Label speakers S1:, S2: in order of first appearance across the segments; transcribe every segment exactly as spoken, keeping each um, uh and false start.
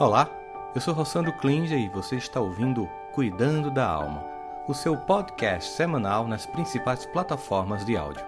S1: Olá, eu sou Rossandro Klinger e você está ouvindo Cuidando da Alma, o seu podcast semanal nas principais plataformas de áudio.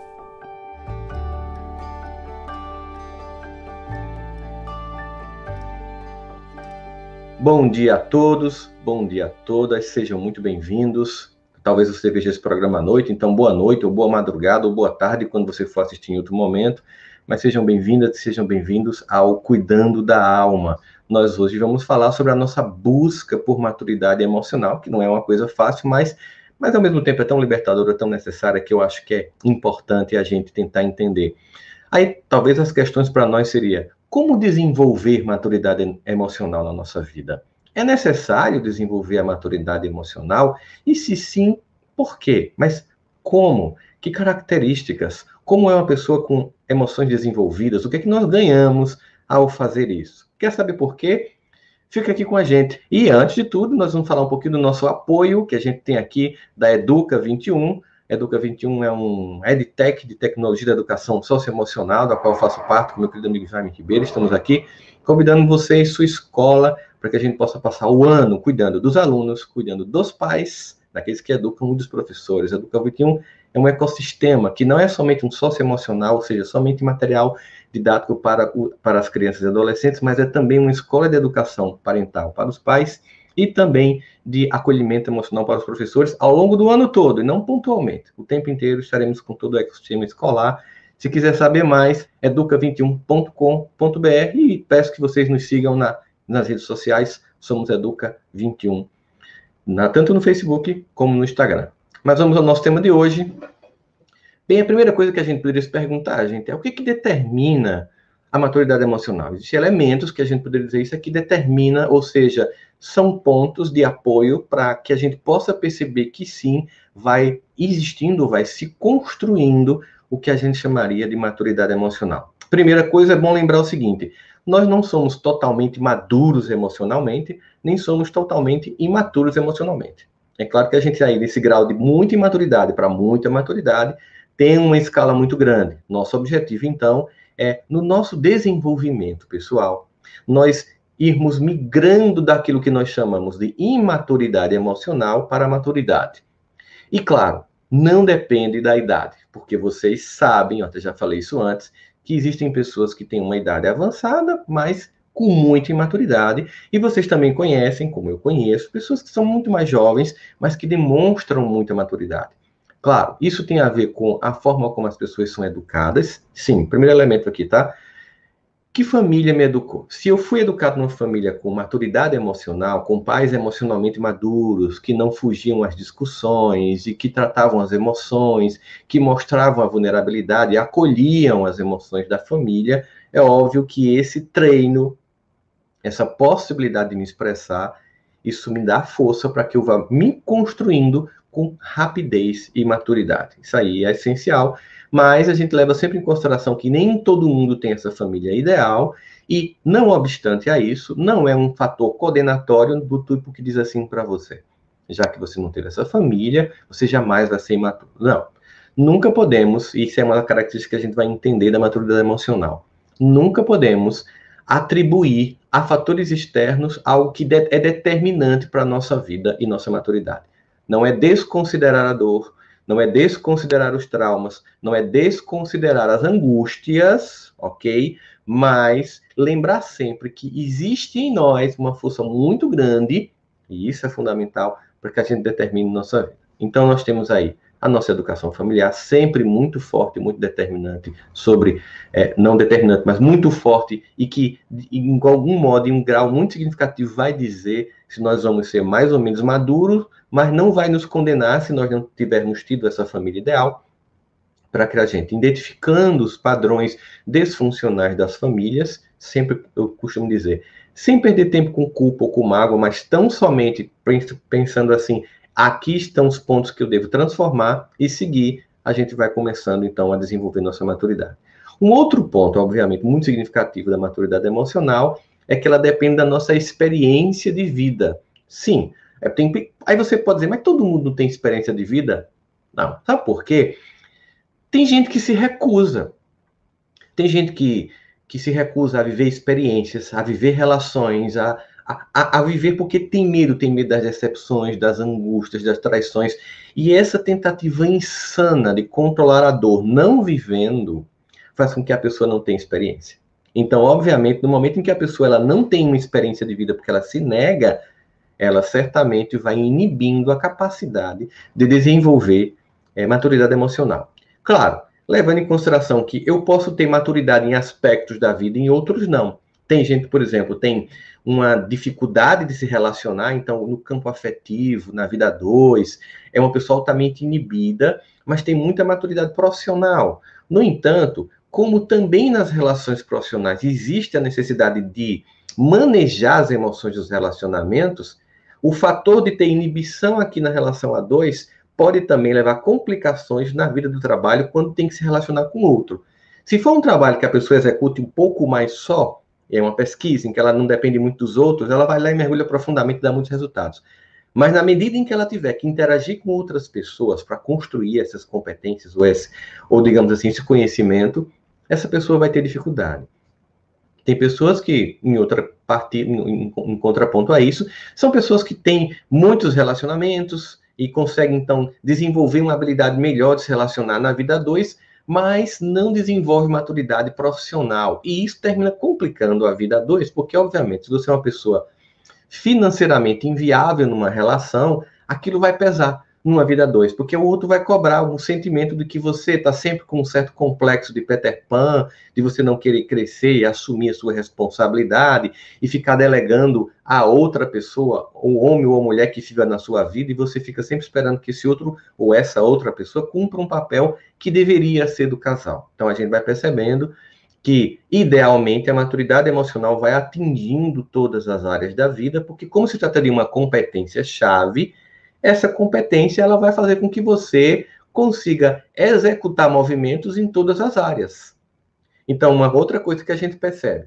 S2: Bom dia a todos, bom dia a todas, sejam muito bem-vindos. Talvez você veja esse programa à noite, então boa noite, ou boa madrugada, ou boa tarde, quando você for assistir em outro momento. Mas sejam bem-vindas, sejam bem-vindos ao Cuidando da Alma. Nós hoje vamos falar sobre a nossa busca por maturidade emocional, que não é uma coisa fácil, mas, mas ao mesmo tempo é tão libertadora, tão necessária, que eu acho que é importante a gente tentar entender. Aí, talvez as questões para nós seriam: como desenvolver maturidade emocional na nossa vida? É necessário desenvolver a maturidade emocional? E se sim, por quê? Mas como? Que características? Como é uma pessoa com emoções desenvolvidas? O que é que nós ganhamos ao fazer isso? Quer saber por quê? Fica aqui com a gente. E antes de tudo, nós vamos falar um pouquinho do nosso apoio que a gente tem aqui da Educa vinte e um. Educa vinte e um é um EdTech de tecnologia da educação socioemocional, da qual eu faço parte com meu querido amigo Jaime Ribeiro. Estamos aqui convidando você e sua escola para que a gente possa passar o ano cuidando dos alunos, cuidando dos pais, daqueles que educam e dos professores. A Educa vinte e um é um ecossistema que não é somente um socioemocional, ou seja, somente material didático para, o, para as crianças e adolescentes, mas é também uma escola de educação parental para os pais e também de acolhimento emocional para os professores ao longo do ano todo, e não pontualmente. O tempo inteiro estaremos com todo o ecossistema escolar. Se quiser saber mais, educa vinte e um ponto com ponto b r e peço que vocês nos sigam na, nas redes sociais. Somos Educa vinte e um, na, tanto no Facebook como no Instagram. Mas vamos ao nosso tema de hoje. Bem, a primeira coisa que a gente poderia se perguntar, gente, é o que, que determina a maturidade emocional? Existem elementos que a gente poderia dizer isso aqui determina, ou seja, são pontos de apoio para que a gente possa perceber que sim, vai existindo, vai se construindo o que a gente chamaria de maturidade emocional. Primeira coisa, é bom lembrar o seguinte: nós não somos totalmente maduros emocionalmente, nem somos totalmente imaturos emocionalmente. É claro que a gente aí, nesse grau de muita imaturidade para muita maturidade, tem uma escala muito grande. Nosso objetivo, então, é, no nosso desenvolvimento pessoal, nós irmos migrando daquilo que nós chamamos de imaturidade emocional para a maturidade. E, claro, não depende da idade, porque vocês sabem, eu até já falei isso antes, que existem pessoas que têm uma idade avançada, mas com muita imaturidade, e vocês também conhecem, como eu conheço, pessoas que são muito mais jovens, mas que demonstram muita maturidade. Claro, isso tem a ver com a forma como as pessoas são educadas. Sim, primeiro elemento aqui, tá? Que família me educou? Se eu fui educado numa família com maturidade emocional, com pais emocionalmente maduros, que não fugiam às discussões e que tratavam as emoções, que mostravam a vulnerabilidade e acolhiam as emoções da família, é óbvio que esse treino, essa possibilidade de me expressar, isso me dá força para que eu vá me construindo com rapidez e maturidade. Isso aí é essencial, mas a gente leva sempre em consideração que nem todo mundo tem essa família ideal, e, não obstante a isso, não é um fator coordenatório do tipo que diz assim para você: já que você não teve essa família, você jamais vai ser imaturo. Não, nunca podemos, e isso é uma característica que a gente vai entender da maturidade emocional, nunca podemos atribuir a fatores externos algo que é determinante para a nossa vida e nossa maturidade. Não é desconsiderar a dor, não é desconsiderar os traumas, não é desconsiderar as angústias, ok? Mas lembrar sempre que existe em nós uma força muito grande, e isso é fundamental para que a gente determine nossa vida. Então nós temos aí a nossa educação familiar, sempre muito forte, muito determinante, sobre, é, não determinante, mas muito forte, e que, em algum modo, em um grau muito significativo, vai dizer se nós vamos ser mais ou menos maduros, mas não vai nos condenar se nós não tivermos tido essa família ideal, para que a gente, identificando os padrões disfuncionais das famílias, sempre, eu costumo dizer, sem perder tempo com culpa ou com mágoa, mas tão somente pensando assim: aqui estão os pontos que eu devo transformar e seguir, a gente vai começando, então, a desenvolver nossa maturidade. Um outro ponto, obviamente, muito significativo da maturidade emocional é que ela depende da nossa experiência de vida. Sim, é, tem, aí você pode dizer: mas todo mundo tem experiência de vida? Não. Sabe por quê? Tem gente que se recusa. Tem gente que que se recusa a viver experiências, a viver relações, a, a, a viver porque tem medo, tem medo das decepções, das angústias, das traições. E essa tentativa insana de controlar a dor não vivendo faz com que a pessoa não tenha experiência. Então, obviamente, no momento em que a pessoa ela não tem uma experiência de vida porque ela se nega, ela certamente vai inibindo a capacidade de desenvolver é, maturidade emocional. Claro, levando em consideração que eu posso ter maturidade em aspectos da vida e em outros não. Tem gente, por exemplo, tem uma dificuldade de se relacionar, então no campo afetivo, na vida dois, é uma pessoa altamente inibida, mas tem muita maturidade profissional. No entanto, como também nas relações profissionais existe a necessidade de manejar as emoções dos relacionamentos, o fator de ter inibição aqui na relação a dois pode também levar a complicações na vida do trabalho quando tem que se relacionar com outro. Se for um trabalho que a pessoa execute um pouco mais só, é uma pesquisa em que ela não depende muito dos outros, ela vai lá e mergulha profundamente e dá muitos resultados. Mas na medida em que ela tiver que interagir com outras pessoas para construir essas competências, ou, esse, ou digamos assim, esse conhecimento, essa pessoa vai ter dificuldade. Tem pessoas que, em outra parte, em, em contraponto a isso, são pessoas que têm muitos relacionamentos e conseguem, então, desenvolver uma habilidade melhor de se relacionar na vida dois, mas não desenvolve maturidade profissional. E isso termina complicando a vida dois, porque, obviamente, se você é uma pessoa financeiramente inviável numa relação, aquilo vai pesar numa vida dois, porque o outro vai cobrar um sentimento de que você está sempre com um certo complexo de Peter Pan, de você não querer crescer e assumir a sua responsabilidade e ficar delegando a outra pessoa, o homem ou a mulher que fica na sua vida, e você fica sempre esperando que esse outro ou essa outra pessoa cumpra um papel que deveria ser do casal. Então a gente vai percebendo que, idealmente, a maturidade emocional vai atingindo todas as áreas da vida, porque como se trata de uma competência-chave, essa competência ela vai fazer com que você consiga executar movimentos em todas as áreas. Então, uma outra coisa que a gente percebe,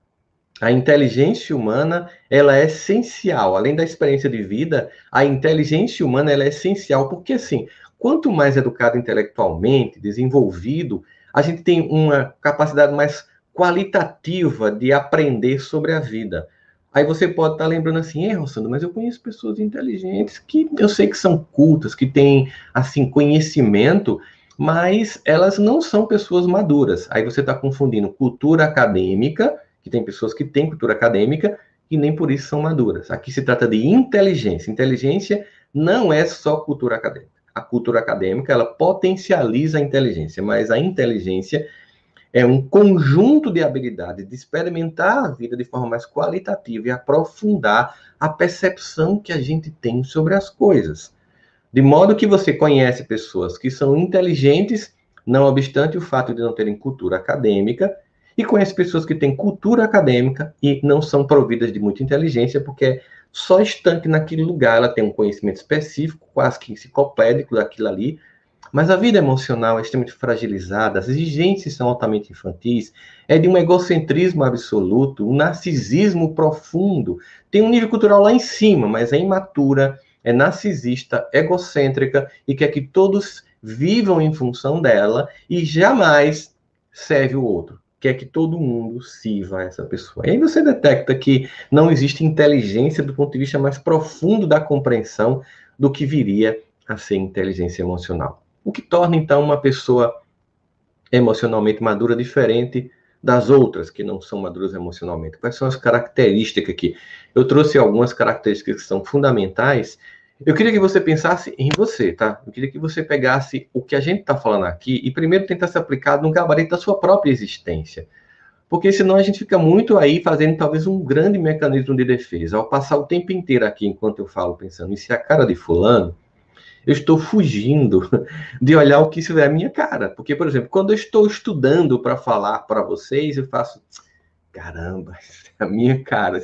S2: a inteligência humana ela é essencial. Além da experiência de vida, a inteligência humana ela é essencial, porque, assim, quanto mais educado intelectualmente, desenvolvido, a gente tem uma capacidade mais qualitativa de aprender sobre a vida. Aí você pode estar lembrando assim, é, Rossandro, mas eu conheço pessoas inteligentes que eu sei que são cultas, que têm, assim, conhecimento, mas elas não são pessoas maduras. Aí você está confundindo cultura acadêmica, que tem pessoas que têm cultura acadêmica e nem por isso são maduras. Aqui se trata de inteligência. Inteligência não é só cultura acadêmica. A cultura acadêmica, ela potencializa a inteligência, mas a inteligência é um conjunto de habilidades de experimentar a vida de forma mais qualitativa e aprofundar a percepção que a gente tem sobre as coisas. De modo que você conhece pessoas que são inteligentes, não obstante o fato de não terem cultura acadêmica, e conhece pessoas que têm cultura acadêmica e não são providas de muita inteligência, porque só estanque naquele lugar, ela tem um conhecimento específico, quase que enciclopédico daquilo ali, mas a vida emocional é extremamente fragilizada, as exigências são altamente infantis, é de um egocentrismo absoluto, um narcisismo profundo, tem um nível cultural lá em cima, mas é imatura, é narcisista, egocêntrica e quer que todos vivam em função dela e jamais serve o outro. Quer que todo mundo sirva a essa pessoa. E aí você detecta que não existe inteligência do ponto de vista mais profundo da compreensão do que viria a ser inteligência emocional. O que torna, então, uma pessoa emocionalmente madura diferente das outras que não são maduras emocionalmente. Quais são as características aqui? Eu trouxe algumas características que são fundamentais. Eu queria que você pensasse em você, tá? Eu queria que você pegasse o que a gente está falando aqui e primeiro tentasse aplicar no gabarito da sua própria existência. Porque senão a gente fica muito aí fazendo talvez um grande mecanismo de defesa. Ao passar o tempo inteiro aqui, enquanto eu falo, pensando, isso é a cara de fulano, eu estou fugindo de olhar o que isso é a minha cara. Porque, por exemplo, quando eu estou estudando para falar para vocês, eu faço, caramba, isso é a minha cara,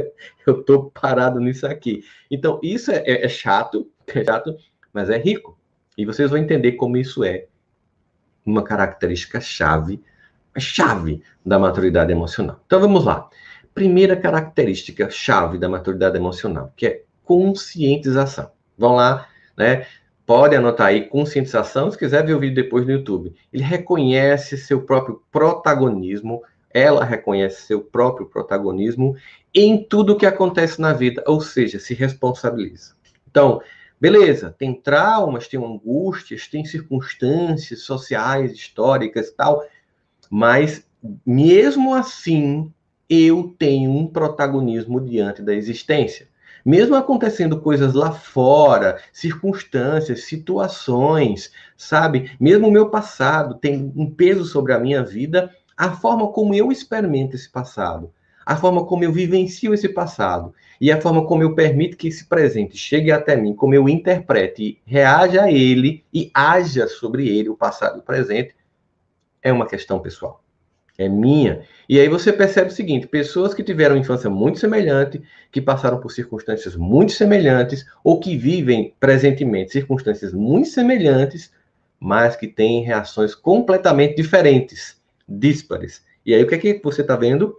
S2: eu estou parado nisso aqui. Então, isso é, é chato, é chato, mas é rico. E vocês vão entender como isso é uma característica chave, a chave da maturidade emocional. Então, vamos lá. Primeira característica chave da maturidade emocional, que é conscientização. Vamos lá, né? Pode anotar aí, conscientização, se quiser ver o vídeo depois no YouTube. Ele reconhece seu próprio protagonismo ela reconhece seu próprio protagonismo em tudo que acontece na vida, ou seja, se responsabiliza. Então, beleza, tem traumas, tem angústias, tem circunstâncias sociais, históricas e tal, mas mesmo assim eu tenho um protagonismo diante da existência. Mesmo acontecendo coisas lá fora, circunstâncias, situações, sabe? Mesmo o meu passado tem um peso sobre a minha vida, a forma como eu experimento esse passado, a forma como eu vivencio esse passado e a forma como eu permito que esse presente chegue até mim, como eu interprete, reaja a ele e haja sobre ele, o passado e o presente, é uma questão pessoal. É minha. E aí você percebe o seguinte, pessoas que tiveram infância muito semelhante, que passaram por circunstâncias muito semelhantes, ou que vivem presentemente circunstâncias muito semelhantes, mas que têm reações completamente diferentes, díspares. E aí o que é que você está vendo?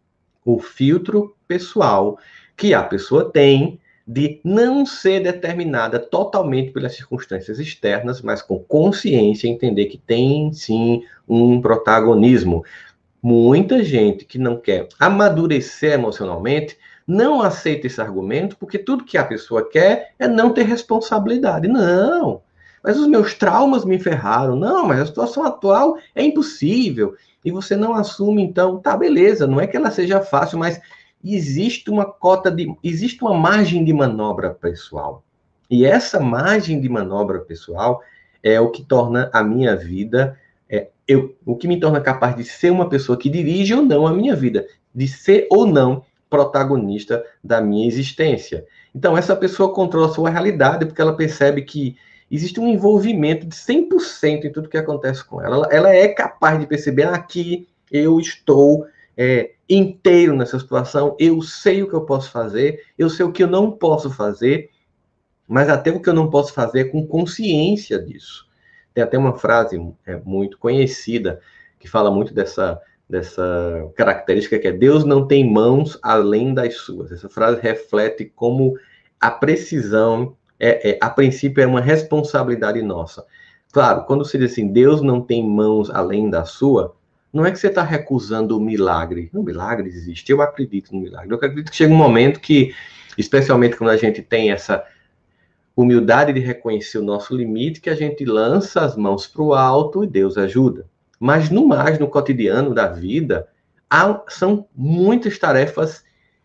S2: O filtro pessoal que a pessoa tem de não ser determinada totalmente pelas circunstâncias externas, mas com consciência entender que tem, sim, um protagonismo. Muita gente que não quer amadurecer emocionalmente não aceita esse argumento porque tudo que a pessoa quer é não ter responsabilidade. Não, mas os meus traumas me ferraram. Não, mas a situação atual é impossível. E você não assume, então, tá, beleza, não é que ela seja fácil, mas existe uma cota de, existe uma margem de manobra pessoal. E essa margem de manobra pessoal é o que torna a minha vida, é, eu, o que me torna capaz de ser uma pessoa que dirige ou não a minha vida, de ser ou não protagonista da minha existência. Então, essa pessoa controla a sua realidade porque ela percebe que existe um envolvimento de cem por cento em tudo que acontece com ela. Ela, ela é capaz de perceber, aqui eu estou é, inteiro nessa situação, eu sei o que eu posso fazer, eu sei o que eu não posso fazer, mas até o que eu não posso fazer com consciência disso. Tem até uma frase é, muito conhecida que fala muito dessa, dessa característica que é Deus não tem mãos além das suas. Essa frase reflete como a precisão, é, é, a princípio, é uma responsabilidade nossa. Claro, quando você diz assim, Deus não tem mãos além da sua, não é que você está recusando o milagre. O milagre existe, eu acredito no milagre. Eu acredito que chega um momento que, especialmente quando a gente tem essa humildade de reconhecer o nosso limite, que a gente lança as mãos para o alto e Deus ajuda. Mas no mais, no cotidiano da vida, há, são muitas tarefas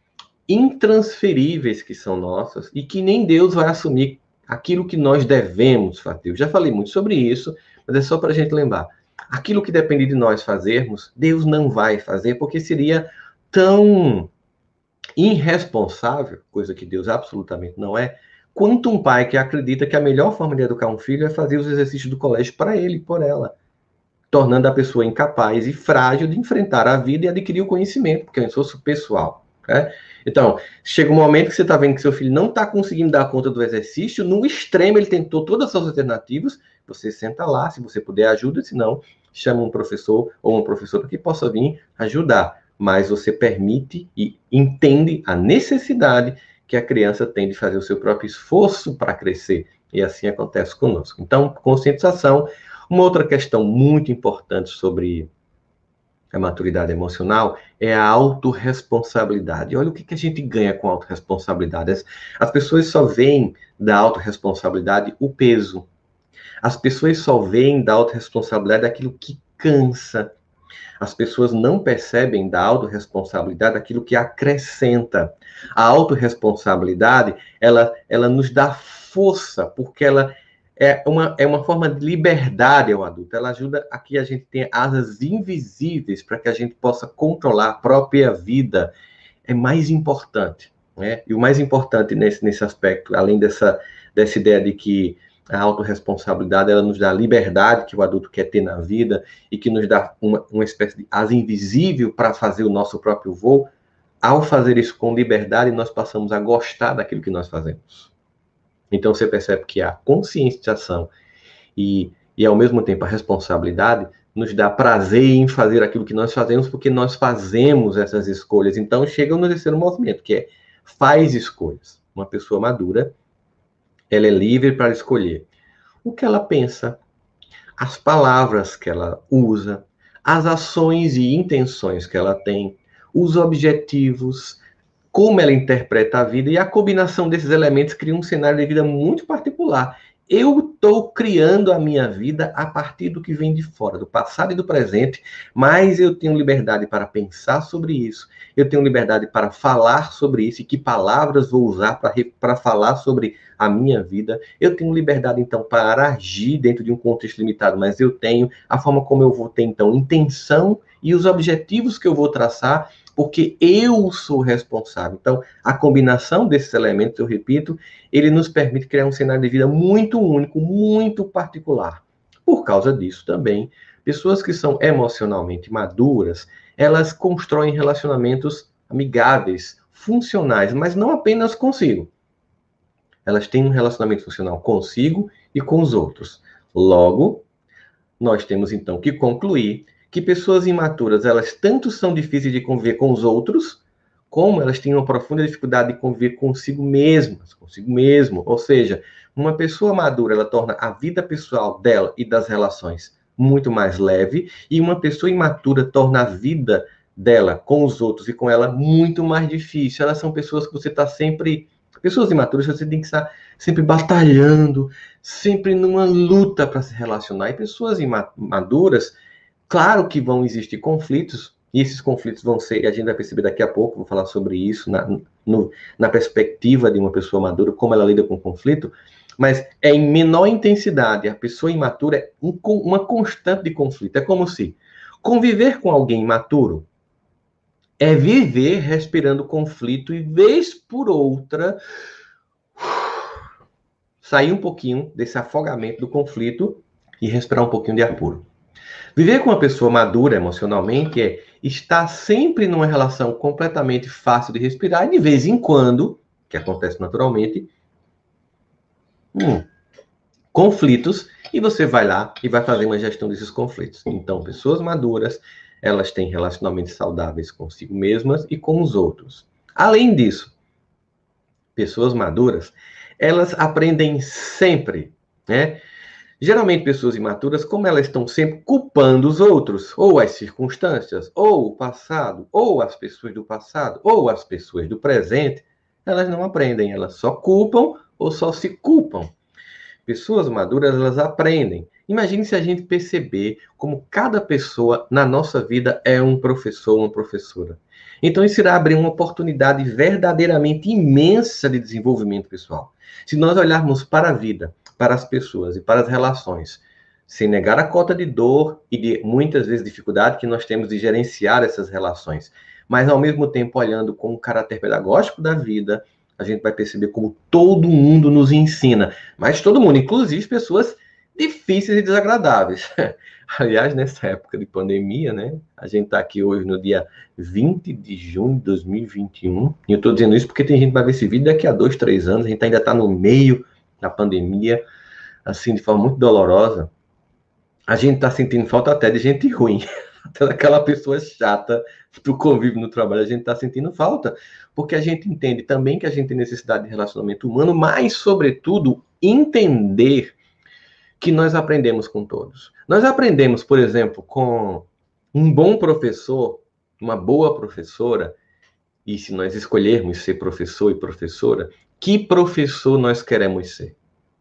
S2: intransferíveis que são nossas e que nem Deus vai assumir aquilo que nós devemos fazer. Eu já falei muito sobre isso, mas é só para a gente lembrar. Aquilo que depende de nós fazermos, Deus não vai fazer, porque seria tão irresponsável, coisa que Deus absolutamente não é, quanto um pai que acredita que a melhor forma de educar um filho é fazer os exercícios do colégio para ele e por ela, tornando a pessoa incapaz e frágil de enfrentar a vida e adquirir o conhecimento, porque é um esforço pessoal. Né? Então, chega um momento que você está vendo que seu filho não está conseguindo dar conta do exercício, no extremo ele tentou todas as alternativas, você senta lá, se você puder ajuda, se não, chama um professor ou uma professora que possa vir ajudar, mas você permite e entende a necessidade que a criança tem de fazer o seu próprio esforço para crescer, e assim acontece conosco. Então, conscientização. Uma outra questão muito importante sobre a maturidade emocional é a autorresponsabilidade. Olha o que a gente ganha com a autorresponsabilidade. As, as pessoas só veem da autorresponsabilidade o peso. As pessoas só veem da autorresponsabilidade aquilo que cansa. As pessoas não percebem da autorresponsabilidade aquilo que acrescenta. A autorresponsabilidade, ela, ela nos dá força, porque ela é uma, é uma forma de liberdade ao adulto. Ela ajuda a que a gente tenha asas invisíveis para que a gente possa controlar a própria vida. É mais importante. Né? E o mais importante nesse, nesse aspecto, além dessa, dessa ideia de que a autorresponsabilidade, ela nos dá a liberdade que o adulto quer ter na vida e que nos dá uma, uma espécie de asa invisível para fazer o nosso próprio voo. Ao fazer isso com liberdade, nós passamos a gostar daquilo que nós fazemos. Então, você percebe que a conscientização e, e, ao mesmo tempo, a responsabilidade nos dá prazer em fazer aquilo que nós fazemos, porque nós fazemos essas escolhas. Então, chega no terceiro movimento, que é faz escolhas. Uma pessoa madura, ela é livre para escolher o que ela pensa, as palavras que ela usa, as ações e intenções que ela tem, os objetivos, como ela interpreta a vida, e a combinação desses elementos cria um cenário de vida muito particular. Eu estou criando a minha vida a partir do que vem de fora, do passado e do presente, mas eu tenho liberdade para pensar sobre isso, eu tenho liberdade para falar sobre isso, e que palavras vou usar para falar sobre a minha vida. Eu tenho liberdade, então, para agir dentro de um contexto limitado, mas eu tenho a forma como eu vou ter, então, intenção e os objetivos que eu vou traçar, porque eu sou responsável. Então, a combinação desses elementos, eu repito, ele nos permite criar um cenário de vida muito único, muito particular. Por causa disso também, pessoas que são emocionalmente maduras, elas constroem relacionamentos amigáveis, funcionais, mas não apenas consigo. Elas têm um relacionamento funcional consigo e com os outros. Logo, nós temos então que concluir que pessoas imaturas, elas tanto são difíceis de conviver com os outros, como elas têm uma profunda dificuldade de conviver consigo mesmas, consigo mesmo. Ou seja, uma pessoa madura, ela torna a vida pessoal dela e das relações muito mais leve, e uma pessoa imatura torna a vida dela com os outros e com ela muito mais difícil. Elas são pessoas que você está sempre... Pessoas imaturas, você tem que estar sempre batalhando, sempre numa luta para se relacionar. E pessoas imaduras, claro que vão existir conflitos, e esses conflitos vão ser, a gente vai perceber daqui a pouco, vou falar sobre isso, na, no, na perspectiva de uma pessoa madura, como ela lida com o conflito, mas é em menor intensidade. A pessoa imatura é um, uma constante de conflito. É como se conviver com alguém imaturo é viver respirando conflito e, vez por outra, sair um pouquinho desse afogamento do conflito e respirar um pouquinho de ar puro. Viver com uma pessoa madura emocionalmente é estar sempre numa relação completamente fácil de respirar e, de vez em quando, que acontece naturalmente, hum, conflitos, e você vai lá e vai fazer uma gestão desses conflitos. Então, pessoas maduras, elas têm relacionamentos saudáveis consigo mesmas e com os outros. Além disso, pessoas maduras, elas aprendem sempre, né? Geralmente, pessoas imaturas, como elas estão sempre culpando os outros, ou as circunstâncias, ou o passado, ou as pessoas do passado, ou as pessoas do presente, elas não aprendem, elas só culpam ou só se culpam. Pessoas maduras, elas aprendem. Imagine se a gente perceber como cada pessoa na nossa vida é um professor, uma professora. Então, isso irá abrir uma oportunidade verdadeiramente imensa de desenvolvimento pessoal. Se nós olharmos para a vida, para as pessoas e para as relações, sem negar a cota de dor e de, muitas vezes, dificuldade que nós temos de gerenciar essas relações, mas, ao mesmo tempo, olhando com o caráter pedagógico da vida, a gente vai perceber como todo mundo nos ensina. Mas todo mundo, inclusive pessoas difíceis e desagradáveis. Aliás, nessa época de pandemia, né? A gente está aqui hoje no dia vinte de junho de dois mil e vinte e um. E eu estou dizendo isso porque tem gente que vai ver esse vídeo daqui a dois, três anos. A gente ainda está no meio da pandemia, assim, de forma muito dolorosa. A gente está sentindo falta até de gente ruim. Até daquela pessoa chata do convívio no trabalho, a gente está sentindo falta. Porque a gente entende também que a gente tem necessidade de relacionamento humano, mas, sobretudo, entender que nós aprendemos com todos. Nós aprendemos, por exemplo, com um bom professor, uma boa professora, e se nós escolhermos ser professor e professora, que professor nós queremos ser?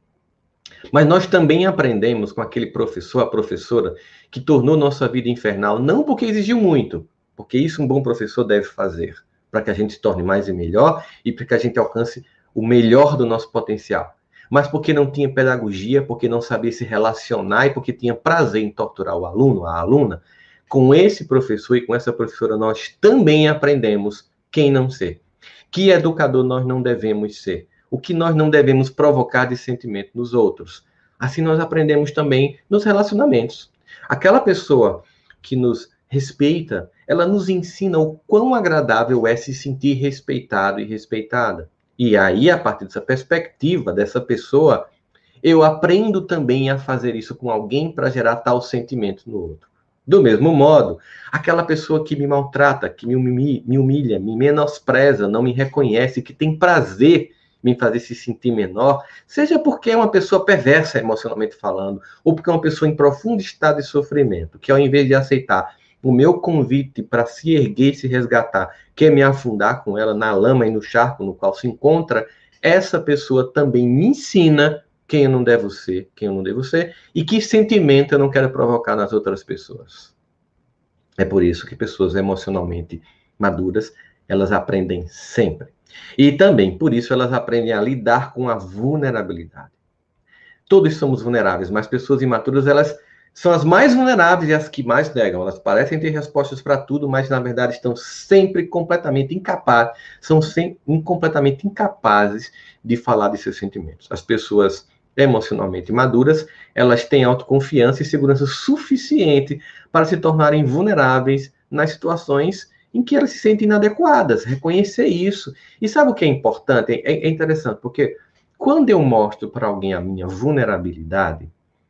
S2: Mas nós também aprendemos com aquele professor, a professora, que tornou nossa vida infernal, não porque exigiu muito, porque isso um bom professor deve fazer, para que a gente se torne mais e melhor e para que a gente alcance o melhor do nosso potencial. Mas porque não tinha pedagogia, porque não sabia se relacionar e porque tinha prazer em torturar o aluno, a aluna, com esse professor e com essa professora nós também aprendemos quem não ser. Que educador nós não devemos ser. O que nós não devemos provocar de sentimento nos outros. Assim nós aprendemos também nos relacionamentos. Aquela pessoa que nos respeita, ela nos ensina o quão agradável é se sentir respeitado e respeitada. E aí, a partir dessa perspectiva dessa pessoa, eu aprendo também a fazer isso com alguém para gerar tal sentimento no outro. Do mesmo modo, aquela pessoa que me maltrata, que me humilha, me menospreza, não me reconhece, que tem prazer me fazer se sentir menor, seja porque é uma pessoa perversa emocionalmente falando, ou porque é uma pessoa em profundo estado de sofrimento, que ao invés de aceitar o meu convite para se erguer e se resgatar quer me afundar com ela na lama e no charco no qual se encontra, essa pessoa também me ensina quem eu não devo ser, quem eu não devo ser, e que sentimento eu não quero provocar nas outras pessoas. É por isso que pessoas emocionalmente maduras, elas aprendem sempre. E também, por isso, elas aprendem a lidar com a vulnerabilidade. Todos somos vulneráveis, mas pessoas imaturas, elas são as mais vulneráveis e as que mais negam. Elas parecem ter respostas para tudo, mas na verdade estão sempre completamente incapazes, são sempre completamente incapazes de falar de seus sentimentos. As pessoas emocionalmente maduras, elas têm autoconfiança e segurança suficiente para se tornarem vulneráveis nas situações em que elas se sentem inadequadas. Reconhecer isso. E sabe o que é importante? É, é interessante, porque quando eu mostro para alguém a minha vulnerabilidade,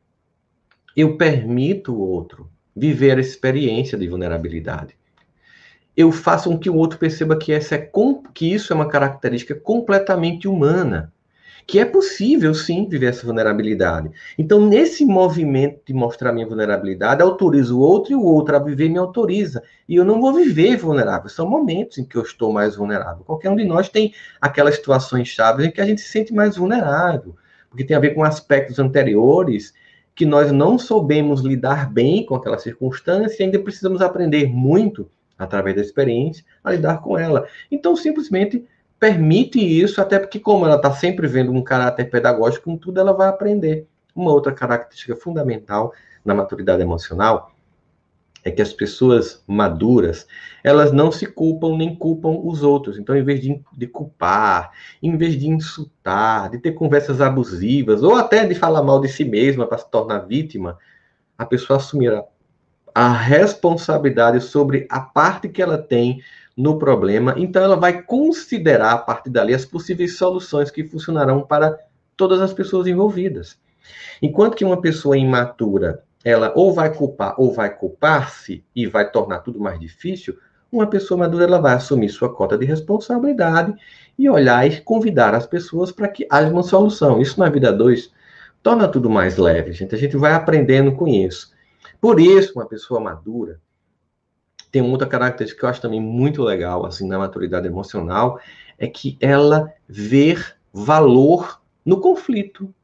S2: eu permito o outro viver a experiência de vulnerabilidade. Eu faço com que o outro perceba que, essa é, que isso é uma característica completamente humana, que é possível, sim, viver essa vulnerabilidade. Então, nesse movimento de mostrar minha vulnerabilidade, autorizo o outro e o outro a viver me autoriza. E eu não vou viver vulnerável. São momentos em que eu estou mais vulnerável. Qualquer um de nós tem aquelas situações chaves em que a gente se sente mais vulnerável, porque tem a ver com aspectos anteriores que nós não soubemos lidar bem com aquela circunstância e ainda precisamos aprender muito, através da experiência, a lidar com ela. Então, simplesmente permite isso, até porque como ela está sempre vendo um caráter pedagógico em tudo, ela vai aprender. Uma outra característica fundamental na maturidade emocional é que as pessoas maduras, elas não se culpam nem culpam os outros. Então, em vez de, de culpar, em vez de insultar, de ter conversas abusivas, ou até de falar mal de si mesma para se tornar vítima, a pessoa assumirá a responsabilidade sobre a parte que ela tem no problema, então ela vai considerar a partir dali as possíveis soluções que funcionarão para todas as pessoas envolvidas. Enquanto que uma pessoa imatura, ela ou vai culpar ou vai culpar-se e vai tornar tudo mais difícil, uma pessoa madura ela vai assumir sua cota de responsabilidade e olhar e convidar as pessoas para que haja uma solução. Isso na vida dois torna tudo mais leve, gente. A gente vai aprendendo com isso. Por isso, uma pessoa madura tem uma outra característica que eu acho também muito legal, assim, na maturidade emocional, é que ela vê valor no conflito.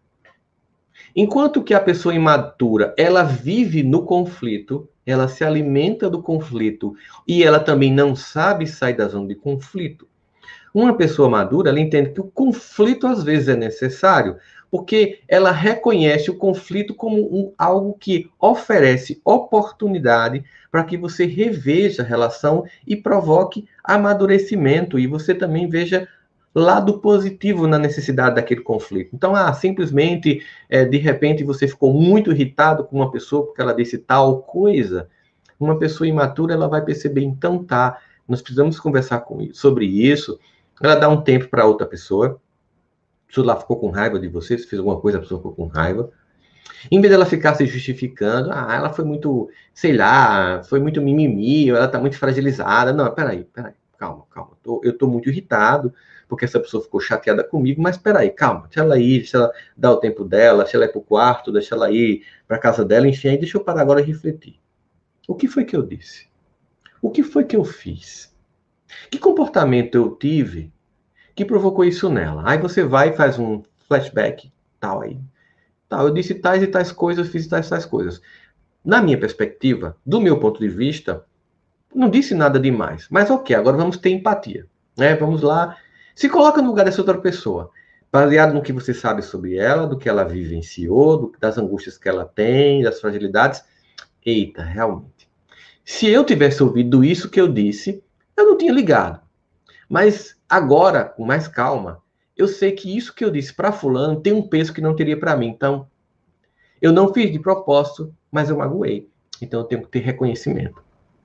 S2: Enquanto que a pessoa imatura, ela vive no conflito, ela se alimenta do conflito e ela também não sabe sair da zona de conflito. Uma pessoa madura, ela entende que o conflito às vezes é necessário, porque ela reconhece o conflito como um, algo que oferece oportunidade para que você reveja a relação e provoque amadurecimento, e você também veja lado positivo na necessidade daquele conflito. Então, ah, simplesmente, é, de repente, você ficou muito irritado com uma pessoa porque ela disse tal coisa. Uma pessoa imatura, ela vai perceber, então tá, nós precisamos conversar com isso, sobre isso. Ela dá um tempo para outra pessoa. A pessoa lá ficou com raiva de você, se fez alguma coisa, a pessoa ficou com raiva. Em vez dela ficar se justificando, ah, ela foi muito, sei lá, foi muito mimimi, ela tá muito fragilizada. Não, peraí, peraí, calma, calma. Tô, eu tô muito irritado, porque essa pessoa ficou chateada comigo, mas peraí, calma, deixa ela ir, deixa ela dar o tempo dela, deixa ela ir pro quarto, deixa ela ir pra casa dela, enfim, aí deixa eu parar agora e refletir. O que foi que eu disse? O que foi que eu fiz? Que comportamento eu tive que provocou isso nela? Aí você vai e faz um flashback, tal aí. Tal, eu disse tais e tais coisas, fiz tais e tais coisas. Na minha perspectiva, do meu ponto de vista, não disse nada demais. Mas ok, agora vamos ter empatia. Né? Vamos lá. Se coloca no lugar dessa outra pessoa. Baseado no que você sabe sobre ela, do que ela vivenciou, do, das angústias que ela tem, das fragilidades. Eita, realmente. Se eu tivesse ouvido isso que eu disse, eu não tinha ligado. Mas agora, com mais calma, eu sei que isso que eu disse para fulano tem um peso que não teria para mim. Então, eu não fiz de propósito, mas eu magoei. Então, eu tenho que ter reconhecimento.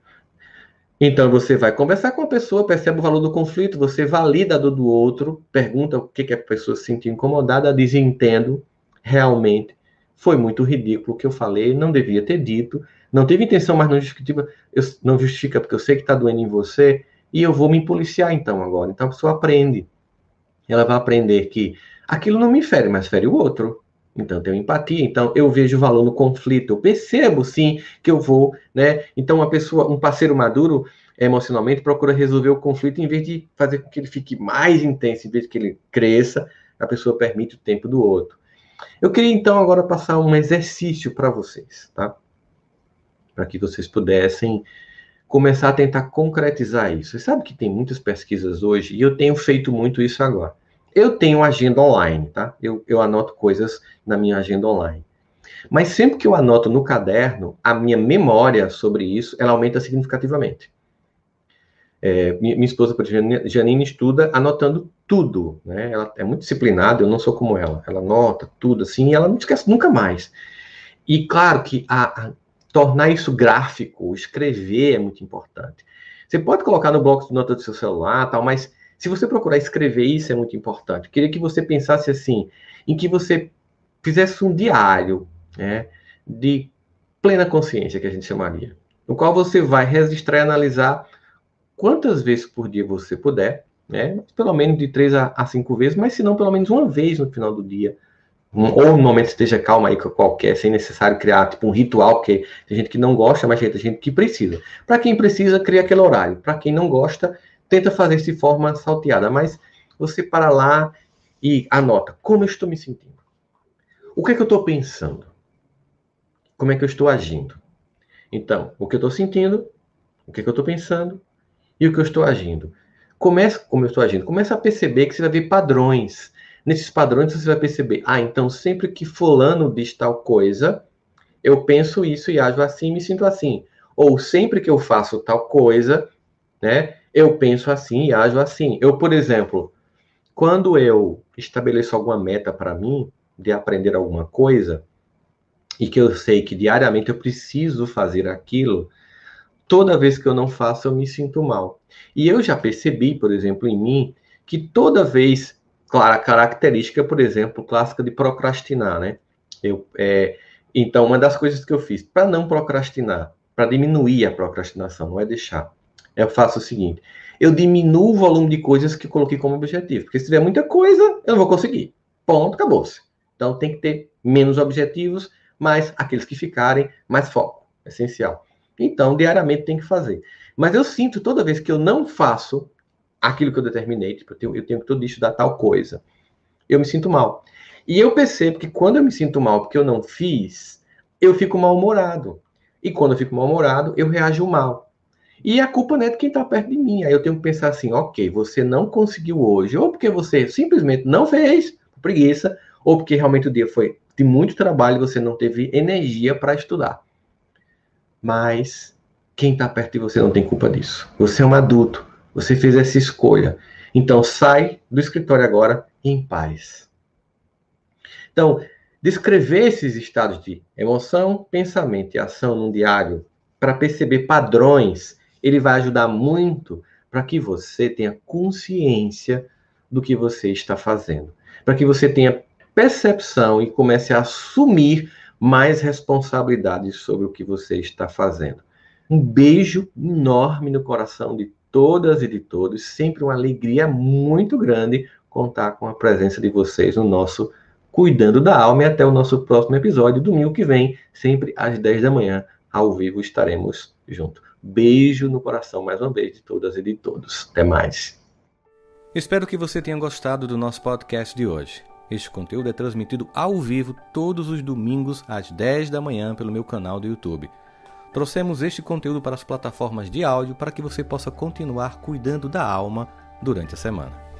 S2: Então, você vai conversar com a pessoa, percebe o valor do conflito, você valida a dor do outro, pergunta o que, que a pessoa se sentiu incomodada, diz, entendo, realmente, foi muito ridículo o que eu falei, não devia ter dito, não teve intenção, mas não justifica, eu, não justifica porque eu sei que está doendo em você, e eu vou me policiar então agora. Então, a pessoa aprende. Ela vai aprender que aquilo não me fere, mas fere o outro. Então, eu tenho empatia, então eu vejo valor no conflito, eu percebo sim que eu vou, né? Então, uma pessoa, um parceiro maduro emocionalmente procura resolver o conflito em vez de fazer com que ele fique mais intenso, em vez de que ele cresça, a pessoa permite o tempo do outro. Eu queria então agora passar um exercício para vocês, tá? Para que vocês pudessem começar a tentar concretizar isso. Você sabe que tem muitas pesquisas hoje, e eu tenho feito muito isso agora. Eu tenho agenda online, tá? Eu, eu anoto coisas na minha agenda online. Mas sempre que eu anoto no caderno, a minha memória sobre isso, ela aumenta significativamente. É, minha, minha esposa, por exemplo, Janine, estuda anotando tudo, né? Ela é muito disciplinada, eu não sou como ela. Ela anota tudo, assim, e ela não esquece nunca mais. E claro que a, a tornar isso gráfico, escrever é muito importante. Você pode colocar no bloco de notas do seu celular, tal, mas se você procurar escrever isso é muito importante. Eu queria que você pensasse assim, em que você fizesse um diário, né, de plena consciência, que a gente chamaria, no qual você vai registrar e analisar quantas vezes por dia você puder, né, pelo menos de três a cinco vezes, mas se não, pelo menos uma vez no final do dia, ou no momento esteja calma aí qualquer, sem necessário criar tipo um ritual, porque tem gente que não gosta, mas tem gente que precisa. Para quem precisa, cria aquele horário. Para quem não gosta, tenta fazer isso de forma salteada. Mas você para lá e anota como eu estou me sentindo. O que é que eu estou pensando? Como é que eu estou agindo? Então, o que eu estou sentindo, o que é que eu estou pensando e o que eu estou agindo. Começa como eu estou agindo. Começa a perceber que você vai ver padrões. Nesses padrões você vai perceber, ah, então sempre que fulano diz tal coisa, eu penso isso e ajo assim, me sinto assim. Ou sempre que eu faço tal coisa, né, eu penso assim e ajo assim. Eu, por exemplo, quando eu estabeleço alguma meta para mim, de aprender alguma coisa, e que eu sei que diariamente eu preciso fazer aquilo, toda vez que eu não faço, eu me sinto mal. E eu já percebi, por exemplo, em mim, que toda vez... Claro, a característica, por exemplo, clássica de procrastinar, né? Eu, é, então, uma das coisas que eu fiz para não procrastinar, para diminuir a procrastinação, não é deixar, eu faço o seguinte: eu diminuo o volume de coisas que eu coloquei como objetivo, porque se tiver muita coisa, eu não vou conseguir. Ponto, acabou-se. Então, tem que ter menos objetivos, mas aqueles que ficarem, mais foco, essencial. Então, diariamente tem que fazer. Mas eu sinto toda vez que eu não faço aquilo que eu determinei, tipo, eu tenho, eu tenho que todo dia estudar tal coisa, eu me sinto mal. E eu percebo que quando eu me sinto mal porque eu não fiz, eu fico mal-humorado. E quando eu fico mal-humorado, eu reajo mal. E a culpa não é de quem está perto de mim. Aí eu tenho que pensar assim, ok, você não conseguiu hoje, ou porque você simplesmente não fez, por preguiça, ou porque realmente o dia foi de muito trabalho e você não teve energia para estudar. Mas quem está perto de você não tem culpa disso. Você é um adulto. Você fez essa escolha. Então, sai do escritório agora em paz. Então, descrever esses estados de emoção, pensamento e ação num diário para perceber padrões, ele vai ajudar muito para que você tenha consciência do que você está fazendo. Para que você tenha percepção e comece a assumir mais responsabilidades sobre o que você está fazendo. Um beijo enorme no coração de todas e de todos, sempre uma alegria muito grande contar com a presença de vocês no nosso Cuidando da Alma, e até o nosso próximo episódio, domingo que vem, sempre às dez da manhã, ao vivo estaremos juntos. Beijo no coração mais uma vez de todas e de todos. Até mais.
S1: Espero que você tenha gostado do nosso podcast de hoje. Este conteúdo é transmitido ao vivo todos os domingos às dez da manhã pelo meu canal do YouTube. Trouxemos este conteúdo para as plataformas de áudio para que você possa continuar cuidando da alma durante a semana.